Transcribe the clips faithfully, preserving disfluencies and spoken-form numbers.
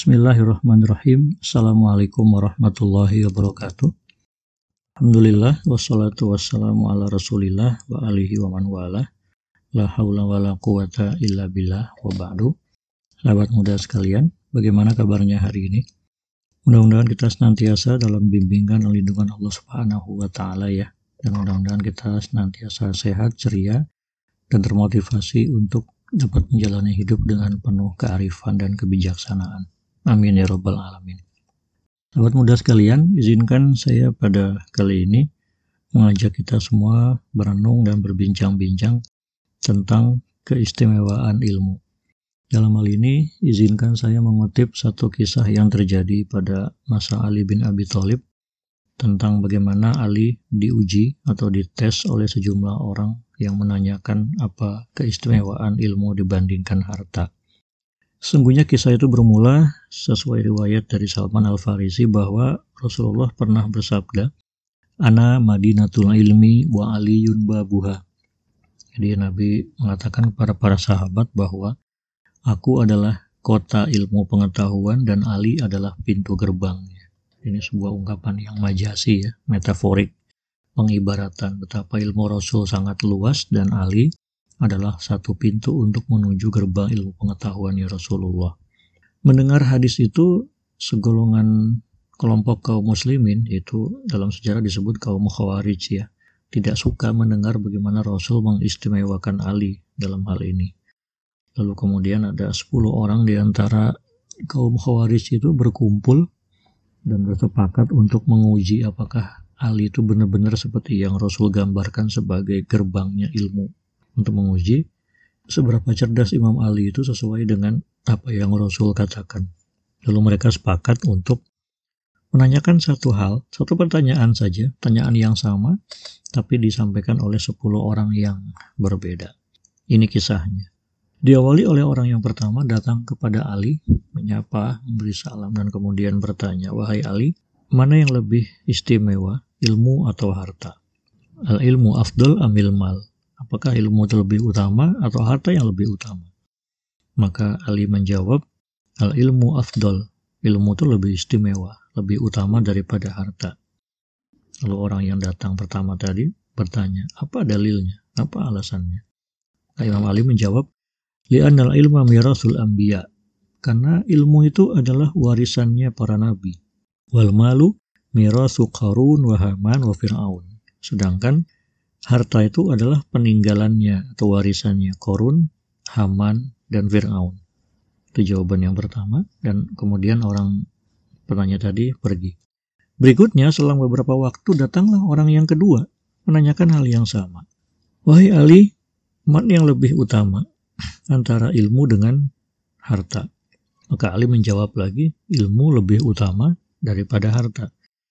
Bismillahirrahmanirrahim. Assalamualaikum warahmatullahi wabarakatuh. Alhamdulillah wassalatu wassalamu ala rasulillah wa alihi wa man wala. La haula wa la quwata illa billah wa ba'du. Sahabat muda sekalian, bagaimana kabarnya hari ini? Mudah-mudahan kita senantiasa dalam bimbingan dan lindungan Allah Subhanahu wa taala ya. Dan mudah-mudahan kita senantiasa sehat, ceria dan termotivasi untuk dapat menjalani hidup dengan penuh kearifan dan kebijaksanaan. Amin ya rabbal alamin. Sahabat muda sekalian, izinkan saya pada kali ini mengajak kita semua berenung dan berbincang-bincang tentang keistimewaan ilmu. Dalam hal ini, izinkan saya mengutip satu kisah yang terjadi pada masa Ali bin Abi Thalib tentang bagaimana Ali diuji atau dites oleh sejumlah orang yang menanyakan apa keistimewaan ilmu dibandingkan harta. Sesungguhnya kisah itu bermula sesuai riwayat dari Salman Al-Farisi bahwa Rasulullah pernah bersabda, "Ana Madinatul ilmi wa aliyun babuha." Jadi Nabi mengatakan kepada para sahabat bahwa aku adalah kota ilmu pengetahuan dan Ali adalah pintu gerbangnya. Ini sebuah ungkapan yang majasi ya, metaforik, pengibaratan betapa ilmu Rasul sangat luas dan Ali adalah satu pintu untuk menuju gerbang ilmu pengetahuan ya Rasulullah. Mendengar hadis itu, segolongan kelompok kaum muslimin, yaitu dalam sejarah disebut kaum Khawarij ya, tidak suka mendengar bagaimana Rasul mengistimewakan Ali dalam hal ini. Lalu kemudian ada sepuluh orang di antara kaum Khawarij itu berkumpul dan bersepakat untuk menguji apakah Ali itu benar-benar seperti yang Rasul gambarkan sebagai gerbangnya ilmu. Untuk menguji seberapa cerdas Imam Ali itu sesuai dengan apa yang Rasul katakan. Lalu mereka sepakat untuk menanyakan satu hal, satu pertanyaan saja, pertanyaan yang sama, tapi disampaikan oleh sepuluh orang yang berbeda. Ini kisahnya. Diawali oleh orang yang pertama datang kepada Ali, menyapa, memberi salam, dan kemudian bertanya, "Wahai Ali, mana yang lebih istimewa, ilmu atau harta?" Al-ilmu afdal amil mal. Apakah ilmu itu lebih utama atau harta yang lebih utama? Maka Ali menjawab, al-ilmu afdal. Ilmu itu lebih istimewa, lebih utama daripada harta. Lalu orang yang datang pertama tadi bertanya, apa dalilnya? Apa alasannya? Maka Imam Ali menjawab, li'annal ilma mirasul anbiya. Karena ilmu itu adalah warisannya para nabi. Wal malu mirasu Qarun wa Haman wa Fir'aun. Sedangkan harta itu adalah peninggalannya atau warisannya Qarun, Haman, dan Fir'aun. Itu jawaban yang pertama, dan kemudian orang penanya tadi pergi. Berikutnya, selang beberapa waktu datanglah orang yang kedua, menanyakan hal yang sama. Wahai Ali, mana yang lebih utama antara ilmu dengan harta? Maka Ali menjawab lagi, ilmu lebih utama daripada harta.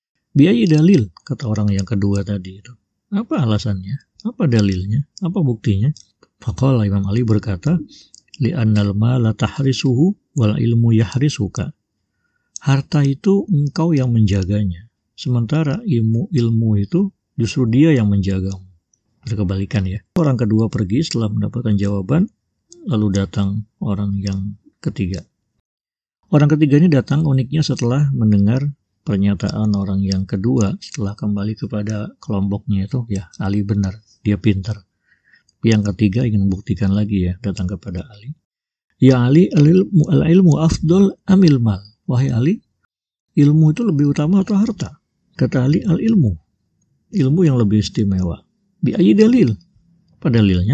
Biayi dalil, kata orang yang kedua tadi itu. Apa alasannya? Apa dalilnya? Apa buktinya? Faqala Imam Ali berkata, li'annal mala tahrisuhu wal ilmu yahrisuka. Harta itu engkau yang menjaganya, sementara ilmu ilmu itu justru dia yang menjagamu. Berkebalikan ya. Orang kedua pergi setelah mendapatkan jawaban, lalu datang orang yang ketiga. Orang ketiga ini datang uniknya setelah mendengar pernyataan orang yang kedua, setelah kembali kepada kelompoknya itu, ya Ali benar, dia pintar. Yang ketiga ingin membuktikan lagi ya, datang kepada Ali. Ya Ali, al-ilmu, al-ilmu afdol amil mal. Wahai Ali, ilmu itu lebih utama atau harta? Kata Ali, al-ilmu. Ilmu yang lebih istimewa. Bi'ayi dalil. Apa dalilnya?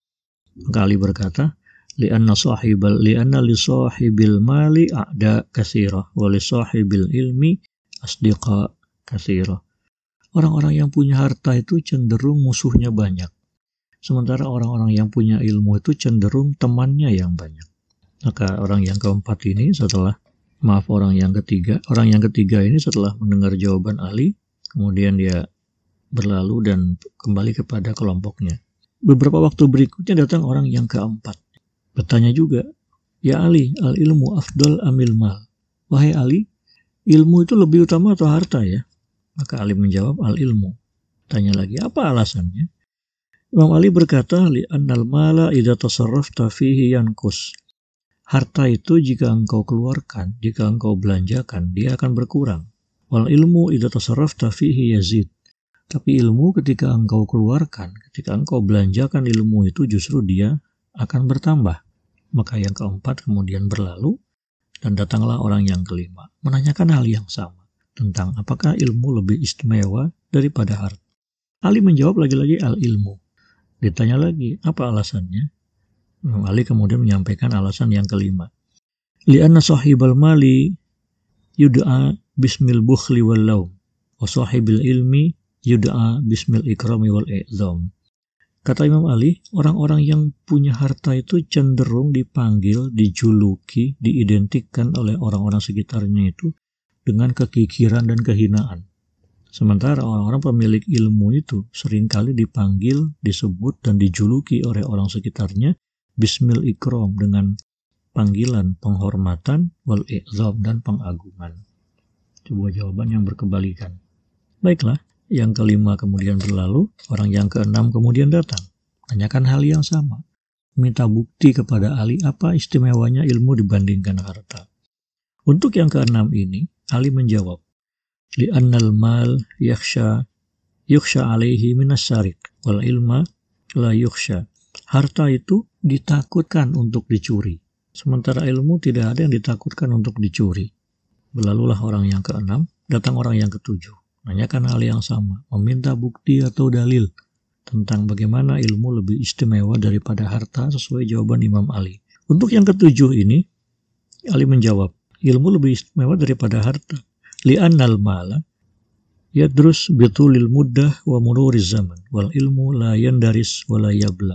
Maka Ali berkata, li'anna sahibal li'anna li sahibil mali a'da katsira wa li sahibil ilmi asdiqa katsira. Orang-orang yang punya harta itu cenderung musuhnya banyak. Sementara orang-orang yang punya ilmu itu cenderung temannya yang banyak. Maka orang yang keempat ini setelah, maaf orang yang ketiga, orang yang ketiga ini setelah mendengar jawaban Ali, kemudian dia berlalu dan kembali kepada kelompoknya. Beberapa waktu berikutnya datang orang yang keempat. Bertanya juga, ya Ali, al-ilmu afdal amil mal. Wahai Ali, ilmu itu lebih utama atau harta ya? Maka Ali menjawab, al-ilmu. Tanya lagi, apa alasannya? Imam Ali berkata, li'annal mala idza tasarrafta fihi yanqus. harta itu jika engkau keluarkan, jika engkau belanjakan, dia akan berkurang. Wal ilmu idza tasarrafta fihi yazid. Tapi ilmu ketika engkau keluarkan, ketika engkau belanjakan ilmu itu justru dia akan bertambah. Maka yang keempat kemudian berlalu dan datanglah orang yang kelima menanyakan hal yang sama tentang apakah ilmu lebih istimewa daripada harta. Ali menjawab lagi-lagi al-ilmu. Ditanya lagi, apa alasannya? Ali kemudian menyampaikan alasan yang kelima. Li'anna sahibal mali yud'a bismil bukhli wal laum wa sahibil ilmi yud'a bismil ikrami wal i'zam. Kata Imam Ali, orang-orang yang punya harta itu cenderung dipanggil, dijuluki, diidentikan oleh orang-orang sekitarnya itu dengan kekikiran dan kehinaan. Sementara orang-orang pemilik ilmu itu seringkali dipanggil, disebut, dan dijuluki oleh orang sekitarnya bismil ikram, dengan panggilan penghormatan, wal i'zam, dan pengagungan. Sebuah jawaban yang berkebalikan. Baiklah, yang kelima kemudian berlalu, orang yang keenam kemudian datang, tanyakan hal yang sama, minta bukti kepada Ali apa istimewanya ilmu dibandingkan harta. Untuk yang keenam ini, Ali menjawab, li'annal mal yakhsha yukhsha alaihi minas syarik wal ilma la yukhsha. Harta itu ditakutkan untuk dicuri, sementara ilmu tidak ada yang ditakutkan untuk dicuri. Berlalulah orang yang keenam, datang orang yang ketujuh, nanyakan hal yang sama, meminta bukti atau dalil tentang bagaimana ilmu lebih istimewa daripada harta sesuai jawaban Imam Ali. Untuk yang ketujuh ini, Ali menjawab, ilmu lebih istimewa daripada harta. Li'annal mala yadrus bitulil muddah wa mururiz zaman wal ilmu la yandaris wa la yabla.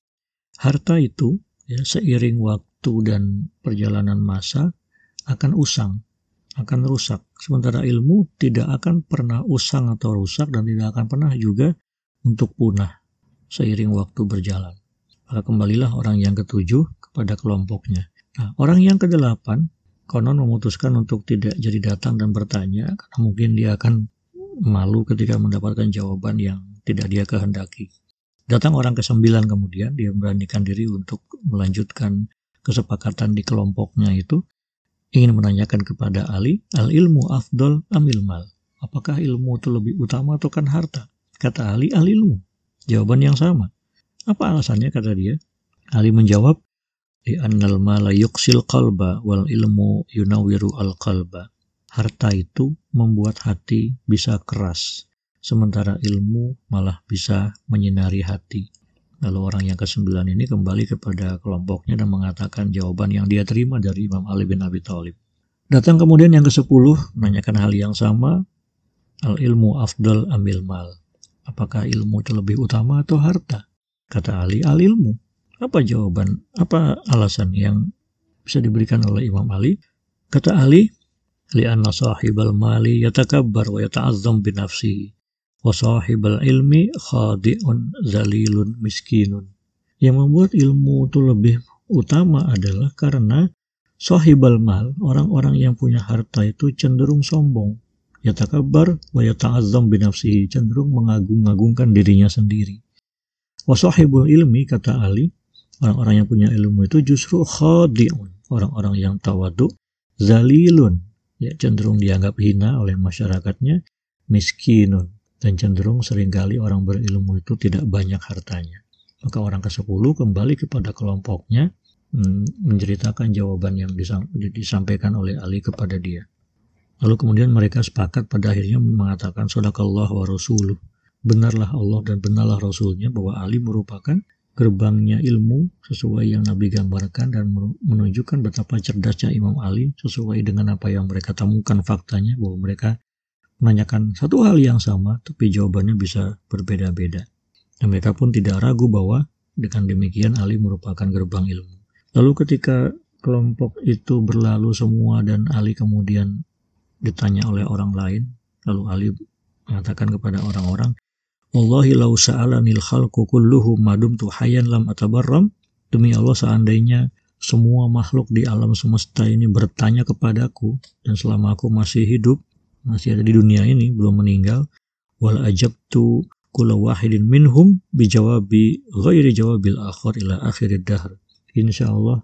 Harta itu ya, seiring waktu dan perjalanan masa akan usang, akan rusak. Sementara ilmu tidak akan pernah usang atau rusak dan tidak akan pernah juga untuk punah seiring waktu berjalan. Maka kembalilah orang yang ketujuh kepada kelompoknya. Nah, orang yang kedelapan konon memutuskan untuk tidak jadi datang dan bertanya karena mungkin dia akan malu ketika mendapatkan jawaban yang tidak dia kehendaki. Datang orang kesembilan kemudian, dia memberanikan diri untuk melanjutkan kesepakatan di kelompoknya itu, ingin menanyakan kepada Ali, al-ilmu afdol amil mal. Apakah ilmu itu lebih utama atau kan harta? Kata Ali, al-ilmu. Jawaban yang sama. Apa alasannya, kata dia? Ali menjawab, li'annal mala yuqsil qalba wal ilmu yunawiru al-qalba. Harta itu membuat hati bisa keras, sementara ilmu malah bisa menyinari hati. Lalu orang yang kesembilan ini kembali kepada kelompoknya dan mengatakan jawaban yang dia terima dari Imam Ali bin Abi Thalib. Datang kemudian yang kesepuluh, menanyakan hal yang sama, al-ilmu afdal amil mal. Apakah ilmu itu lebih utama atau harta? Kata Ali, al-ilmu. Apa jawaban, apa alasan yang bisa diberikan oleh Imam Ali? Kata Ali, li'anna sahibal mali yatakabbar wa yata'azzam binafsihi wa sahibal ilmi khadi'un zalilun miskinun. Yang membuat ilmu itu lebih utama adalah karena sahibal mal, orang-orang yang punya harta itu cenderung sombong. Yatakabbar wa yata'azzam binafsihi, cenderung mengagung-agungkan dirinya sendiri. Wa sahibul ilmi, kata Ali, orang-orang yang punya ilmu itu justru khadi'un, orang-orang yang tawadu, zalilun, ya cenderung dianggap hina oleh masyarakatnya, miskinun, dan cenderung seringkali orang berilmu itu tidak banyak hartanya. Maka orang kesepuluh kembali kepada kelompoknya, menceritakan jawaban yang disampaikan oleh Ali kepada dia. Lalu kemudian mereka sepakat pada akhirnya mengatakan sadaqallah wa rasuluh. Benarlah Allah dan benarlah Rasulnya bahwa Ali merupakan gerbangnya ilmu sesuai yang Nabi gambarkan dan menunjukkan betapa cerdasnya Imam Ali sesuai dengan apa yang mereka temukan faktanya, bahwa mereka menanyakan satu hal yang sama tapi jawabannya bisa berbeda-beda. Dan mereka pun tidak ragu bahwa dengan demikian Ali merupakan gerbang ilmu. Lalu ketika kelompok itu berlalu semua dan Ali kemudian ditanya oleh orang lain, lalu Ali mengatakan kepada orang-orang, wallahi lau sa'alanil khalqu kulluhum madumtu hayyan lam atabarram. Demi Allah, seandainya semua makhluk di alam semesta ini bertanya kepadaku dan selama aku masih hidup, masih ada di dunia ini, belum meninggal, wal ajabtu kulla wahidin minhum bijawabi ghairi jawabil akhir ila akhirid dahr. Insyaallah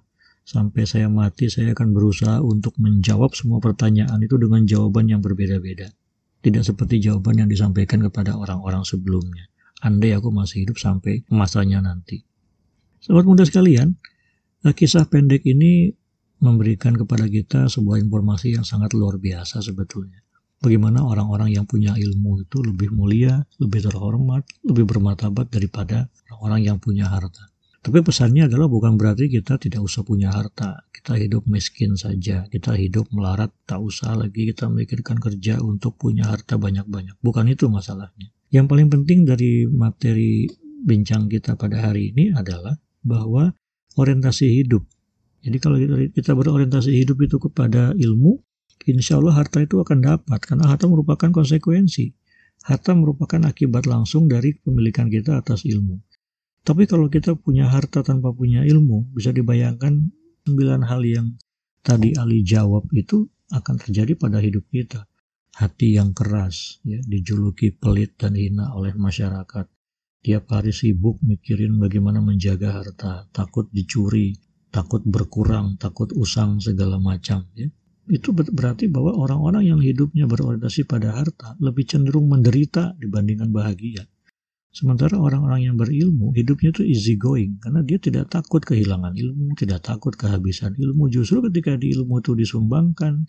Sampai saya mati, saya akan berusaha untuk menjawab semua pertanyaan itu dengan jawaban yang berbeda-beda. Tidak seperti jawaban yang disampaikan kepada orang-orang sebelumnya. Andai aku masih hidup sampai masanya nanti. Sahabat muda sekalian, kisah pendek ini memberikan kepada kita sebuah informasi yang sangat luar biasa sebetulnya. Bagaimana orang-orang yang punya ilmu itu lebih mulia, lebih terhormat, lebih bermartabat daripada orang-orang yang punya harta. Tapi pesannya adalah bukan berarti kita tidak usah punya harta. Kita hidup miskin saja, kita hidup melarat, tak usah lagi kita memikirkan kerja untuk punya harta banyak-banyak. Bukan itu masalahnya. Yang paling penting dari materi bincang kita pada hari ini adalah bahwa orientasi hidup. Jadi kalau kita berorientasi hidup itu kepada ilmu, insya Allah harta itu akan dapat, karena harta merupakan konsekuensi. Harta merupakan akibat langsung dari pemilikan kita atas ilmu. Tapi kalau kita punya harta tanpa punya ilmu, bisa dibayangkan sembilan hal yang tadi Ali jawab itu akan terjadi pada hidup kita. Hati yang keras, ya, dijuluki pelit dan hina oleh masyarakat. Tiap hari sibuk mikirin bagaimana menjaga harta, takut dicuri, takut berkurang, takut usang segala macam, ya. Itu berarti bahwa orang-orang yang hidupnya berorientasi pada harta lebih cenderung menderita dibandingkan bahagia. Sementara orang-orang yang berilmu hidupnya itu easy going, karena dia tidak takut kehilangan ilmu, tidak takut kehabisan ilmu. Justru ketika di ilmu itu disumbangkan,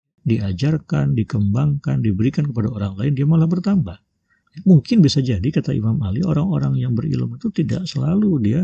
diajarkan, dikembangkan, diberikan kepada orang lain, dia malah bertambah. Mungkin bisa jadi, kata Imam Ali, orang-orang yang berilmu itu tidak selalu dia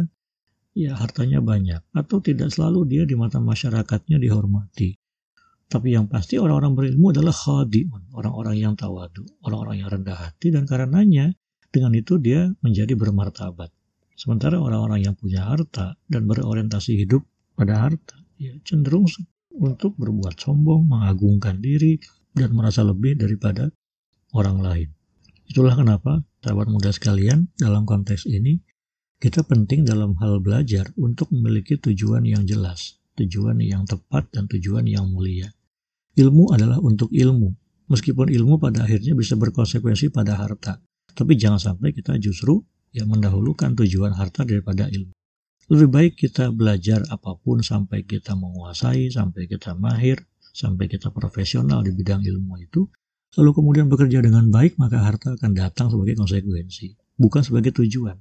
ya hartanya banyak, atau tidak selalu dia di mata masyarakatnya dihormati. Tapi yang pasti orang-orang berilmu adalah khadi'un, orang-orang yang tawadu, orang-orang yang rendah hati, dan karenanya dengan itu dia menjadi bermartabat. Sementara orang-orang yang punya harta dan berorientasi hidup pada harta, ya cenderung untuk berbuat sombong, mengagungkan diri, dan merasa lebih daripada orang lain. Itulah kenapa, sahabat muda sekalian, dalam konteks ini, kita penting dalam hal belajar untuk memiliki tujuan yang jelas, tujuan yang tepat, dan tujuan yang mulia. Ilmu adalah untuk ilmu, meskipun ilmu pada akhirnya bisa berkonsekuensi pada harta. Tapi jangan sampai kita justru yang mendahulukan tujuan harta daripada ilmu. Lebih baik kita belajar apapun sampai kita menguasai, sampai kita mahir, sampai kita profesional di bidang ilmu itu, lalu kemudian bekerja dengan baik, maka harta akan datang sebagai konsekuensi, bukan sebagai tujuan.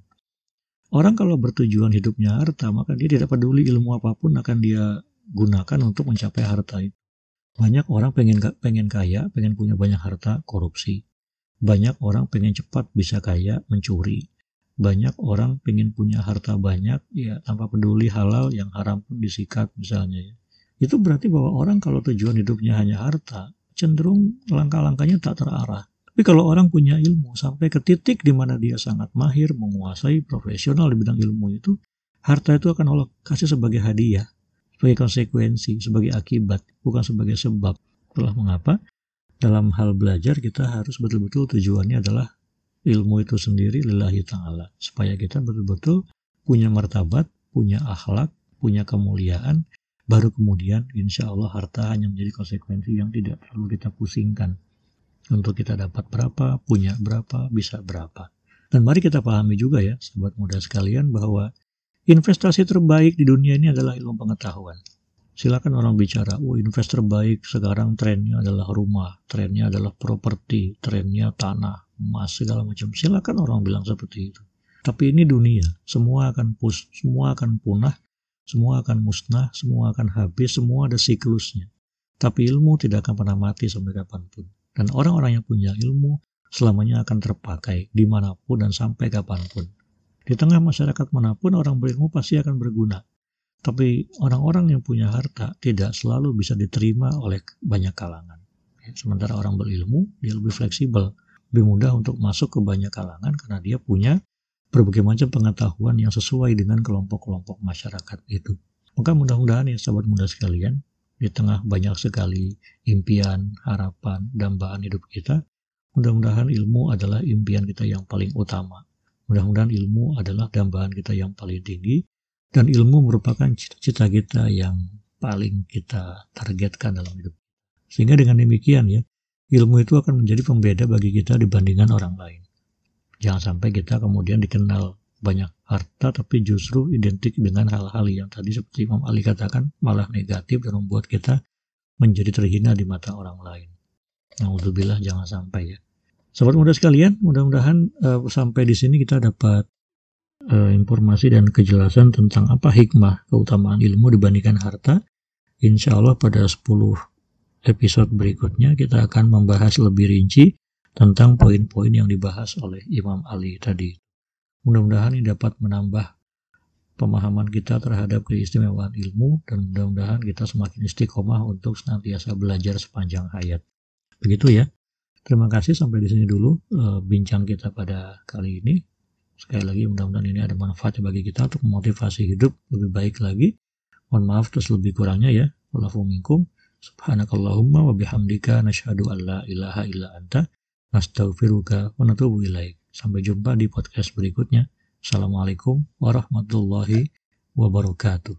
Orang kalau bertujuan hidupnya harta, maka dia tidak peduli ilmu apapun akan dia gunakan untuk mencapai harta itu. Banyak orang pengen pengen kaya, pengen punya banyak harta, korupsi. Banyak orang pengen cepat bisa kaya, mencuri. Banyak orang pengen punya harta banyak, ya tanpa peduli halal, yang haram pun disikat misalnya. Ya. Itu berarti bahwa orang kalau tujuan hidupnya hanya harta, cenderung langkah-langkahnya tak terarah. Tapi kalau orang punya ilmu, sampai ke titik di mana dia sangat mahir, menguasai, profesional di bidang ilmu itu, harta itu akan Allah kasih sebagai hadiah, sebagai konsekuensi, sebagai akibat, bukan sebagai sebab. Itulah mengapa dalam hal belajar kita harus betul-betul tujuannya adalah ilmu itu sendiri lillahi ta'ala. Supaya kita betul-betul punya martabat, punya akhlak, punya kemuliaan, baru kemudian insya Allah harta hanya menjadi konsekuensi yang tidak perlu kita pusingkan. Untuk kita dapat berapa, punya berapa, bisa berapa. Dan mari kita pahami juga ya, sahabat muda sekalian, bahwa investasi terbaik di dunia ini adalah ilmu pengetahuan. Silakan orang bicara, oh investor terbaik sekarang trennya adalah rumah, trennya adalah properti, trennya tanah, emas, segala macam. Silakan orang bilang seperti itu. Tapi ini dunia, semua akan pus, semua akan punah, semua akan musnah, semua akan habis, semua ada siklusnya. Tapi ilmu tidak akan pernah mati sampai kapanpun. Dan orang-orang yang punya ilmu selamanya akan terpakai dimanapun dan sampai kapanpun. Di tengah masyarakat manapun orang berilmu pasti akan berguna. Tapi orang-orang yang punya harta tidak selalu bisa diterima oleh banyak kalangan. Sementara orang berilmu, dia lebih fleksibel, lebih mudah untuk masuk ke banyak kalangan karena dia punya berbagai macam pengetahuan yang sesuai dengan kelompok-kelompok masyarakat itu. Maka mudah-mudahan ya sahabat muda sekalian, di tengah banyak sekali impian, harapan, dambaan hidup kita, mudah-mudahan ilmu adalah impian kita yang paling utama. Mudah-mudahan ilmu adalah dambaan kita yang paling tinggi, dan ilmu merupakan cita-cita kita yang paling kita targetkan dalam hidup. Sehingga dengan demikian ya, ilmu itu akan menjadi pembeda bagi kita dibandingkan orang lain. Jangan sampai kita kemudian dikenal banyak harta, tapi justru identik dengan hal-hal yang tadi seperti Imam Ali katakan malah negatif dan membuat kita menjadi terhina di mata orang lain. Alhamdulillah, jangan sampai ya. Sobat muda sekalian, mudah-mudahan uh, sampai di sini kita dapat uh, informasi dan kejelasan tentang apa hikmah keutamaan ilmu dibandingkan harta. Insya Allah pada sepuluh episode berikutnya kita akan membahas lebih rinci tentang poin-poin yang dibahas oleh Imam Ali tadi. Mudah-mudahan ini dapat menambah pemahaman kita terhadap keistimewaan ilmu dan mudah-mudahan kita semakin istiqomah untuk senantiasa belajar sepanjang hayat. Begitu ya. Terima kasih, sampai di sini dulu uh, bincang kita pada kali ini. Sekali lagi mudah-mudahan ini ada manfaatnya bagi kita untuk memotivasi hidup lebih baik lagi. Mohon maaf terus lebih kurangnya ya. Wallahu minkum. Subhanakallahumma wa bihamdika nasyhadu an la ilaha illa anta nastaghfiruka wa natubu ilaik. Sampai jumpa di podcast berikutnya. Assalamualaikum warahmatullahi wabarakatuh.